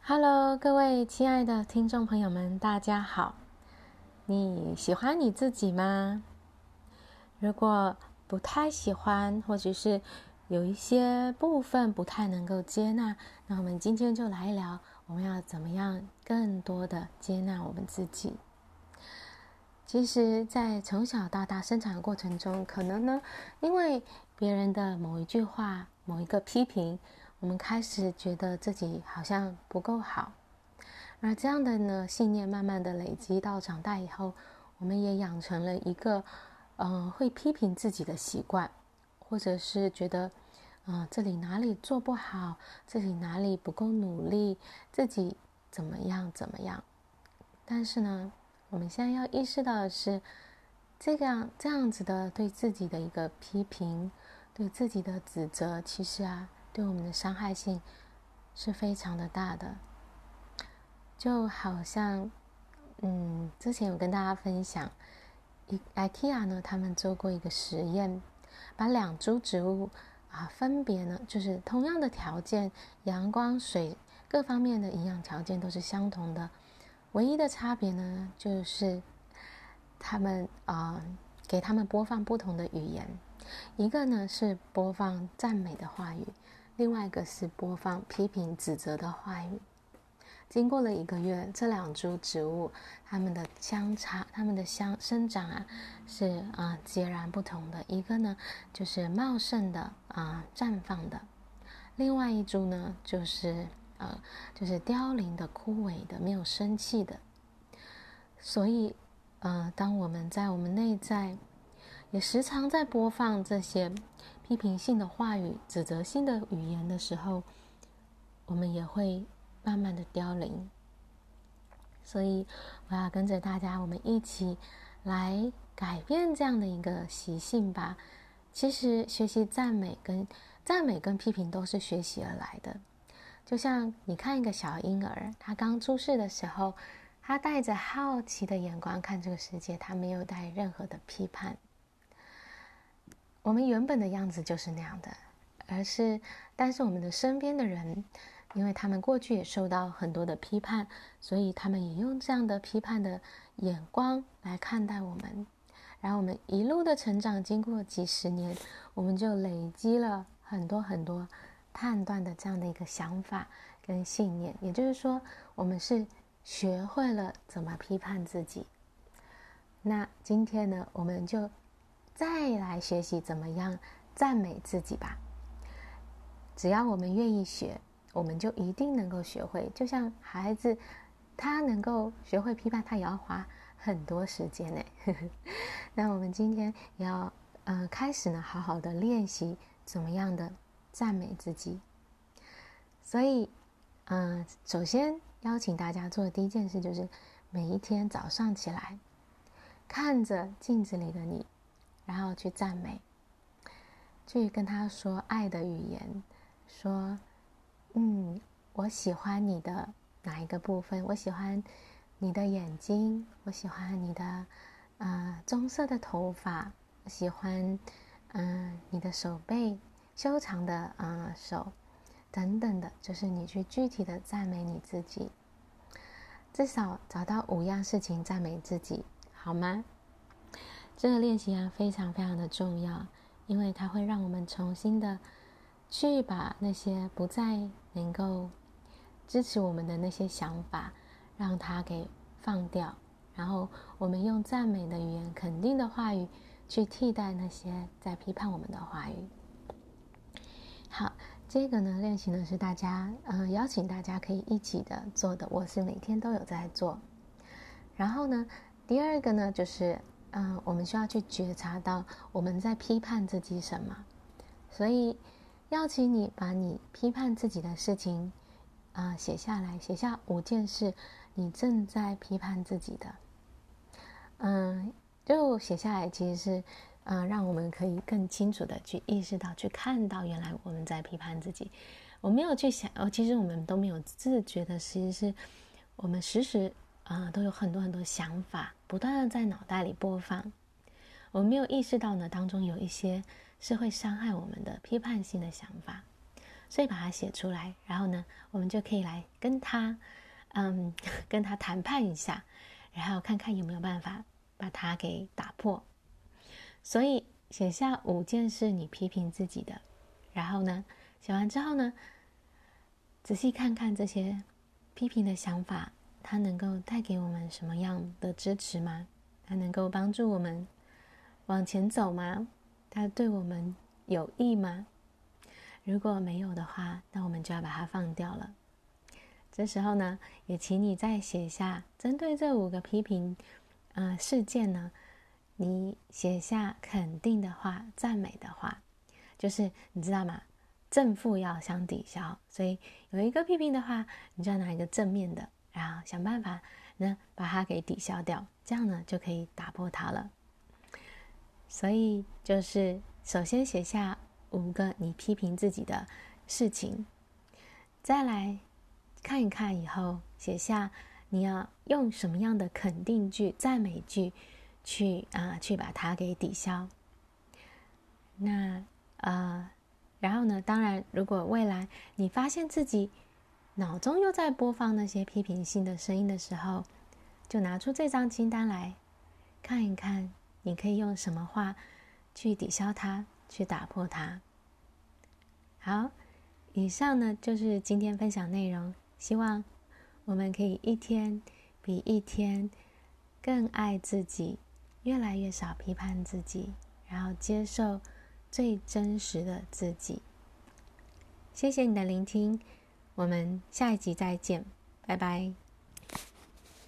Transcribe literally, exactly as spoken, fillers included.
Hello，各位亲爱的听众朋友们，大家好。你喜欢你自己吗？如果不太喜欢，或者是有一些部分不太能够接纳，那我们今天就来聊，我们要怎么样更多的接纳我们自己。其实在从小到大生长的过程中，可能呢，因为别人的某一句话、某一个批评，我们开始觉得自己好像不够好。而这样的呢信念慢慢的累积到长大以后，我们也养成了一个呃会批评自己的习惯，或者是觉得呃这里哪里做不好，这里哪里不够努力，自己怎么样怎么样。但是呢，我们现在要意识到的是，这样这样子的对自己的一个批评，对自己的指责，其实啊对我们的伤害性是非常的大的。就好像嗯，之前有跟大家分享，IKEA 呢，他们做过一个实验，把两株植物啊，分别呢就是同样的条件，阳光、水各方面的营养条件都是相同的，唯一的差别呢就是他们啊、呃、给他们播放不同的语言，一个呢是播放赞美的话语，另外一个是播放批评指责的话语。经过了一个月，这两株植物它们的相差，它们的相生长啊是啊、呃、截然不同的。一个呢就是茂盛的啊、呃、绽放的，另外一株呢就是呃就是凋零的、枯萎的、没有生气的。所以呃当我们在我们内在也时常在播放这些批评性的话语、指责性的语言的时候，我们也会慢慢的凋零。所以我要跟着大家，我们一起来改变这样的一个习性吧。其实学习赞美跟赞美跟批评都是学习而来的。就像你看一个小婴儿，他刚出世的时候，他带着好奇的眼光看这个世界，他没有带任何的批判。我们原本的样子就是那样的，而是但是我们的身边的人，因为他们过去也受到很多的批判，所以他们也用这样的批判的眼光来看待我们。然后我们一路的成长，经过几十年，我们就累积了很多很多判断的这样的一个想法跟信念。也就是说，我们是学会了怎么批判自己。那今天呢，我们就再来学习怎么样赞美自己吧。只要我们愿意学，我们就一定能够学会。就像孩子，他能够学会批判，他也要花很多时间呢。那我们今天也要呃开始呢，好好的练习怎么样的赞美自己。所以，嗯、呃，首先邀请大家做的第一件事就是，每一天早上起来，看着镜子里的你，然后去赞美，去跟他说爱的语言。说嗯我喜欢你的哪一个部分，我喜欢你的眼睛，我喜欢你的呃棕色的头发，我喜欢嗯、呃、你的手背修长的呃手等等的，就是你去具体的赞美你自己，至少找到五样事情赞美自己，好吗？这个练习啊非常非常的重要，因为它会让我们重新的去把那些不再能够支持我们的那些想法，让它给放掉，然后我们用赞美的语言、肯定的话语去替代那些在批判我们的话语。好，这个呢练习呢是大家呃邀请大家可以一起的做的，我是每天都有在做。然后呢，第二个呢就是嗯、呃，我们需要去觉察到我们在批判自己什么，所以邀请你把你批判自己的事情啊、呃、写下来，写下五件事你正在批判自己的。嗯，就写下来其实是呃让我们可以更清楚的去意识到、去看到原来我们在批判自己。我没有去想哦，其实我们都没有自觉的，其实是我们时时啊、呃、都有很多很多想法不断的在脑袋里播放。我们没有意识到呢，当中有一些是会伤害我们的批判性的想法。 所以把它写出来，然后呢，我们就可以来跟他，嗯，跟他谈判一下，然后看看有没有办法把它给打破。所以写下五件事你批评自己的，然后呢，写完之后呢，仔细看看这些批评的想法，它能够带给我们什么样的支持吗？它能够帮助我们往前走吗？它对我们有益吗？如果没有的话，那我们就要把它放掉了。这时候呢，也请你再写下针对这五个批评呃事件呢，你写下肯定的话、赞美的话，就是你知道吗？正负要相抵消，所以有一个批评的话，你就要拿一个正面的，然后想办法呢把它给抵消掉，这样呢就可以打破它了。所以就是首先写下五个你批评自己的事情，再来看一看以后，写下你要用什么样的肯定句、赞美句去啊、呃、去把它给抵消。那呃，然后呢，当然，如果未来你发现自己脑中又在播放那些批评性的声音的时候，就拿出这张清单来看一看，你可以用什么话去抵消它，去打破它。好，以上呢就是今天分享内容，希望我们可以一天比一天更爱自己，越来越少批判自己，然后接受最真实的自己。谢谢你的聆听，我们下一集再见，拜拜。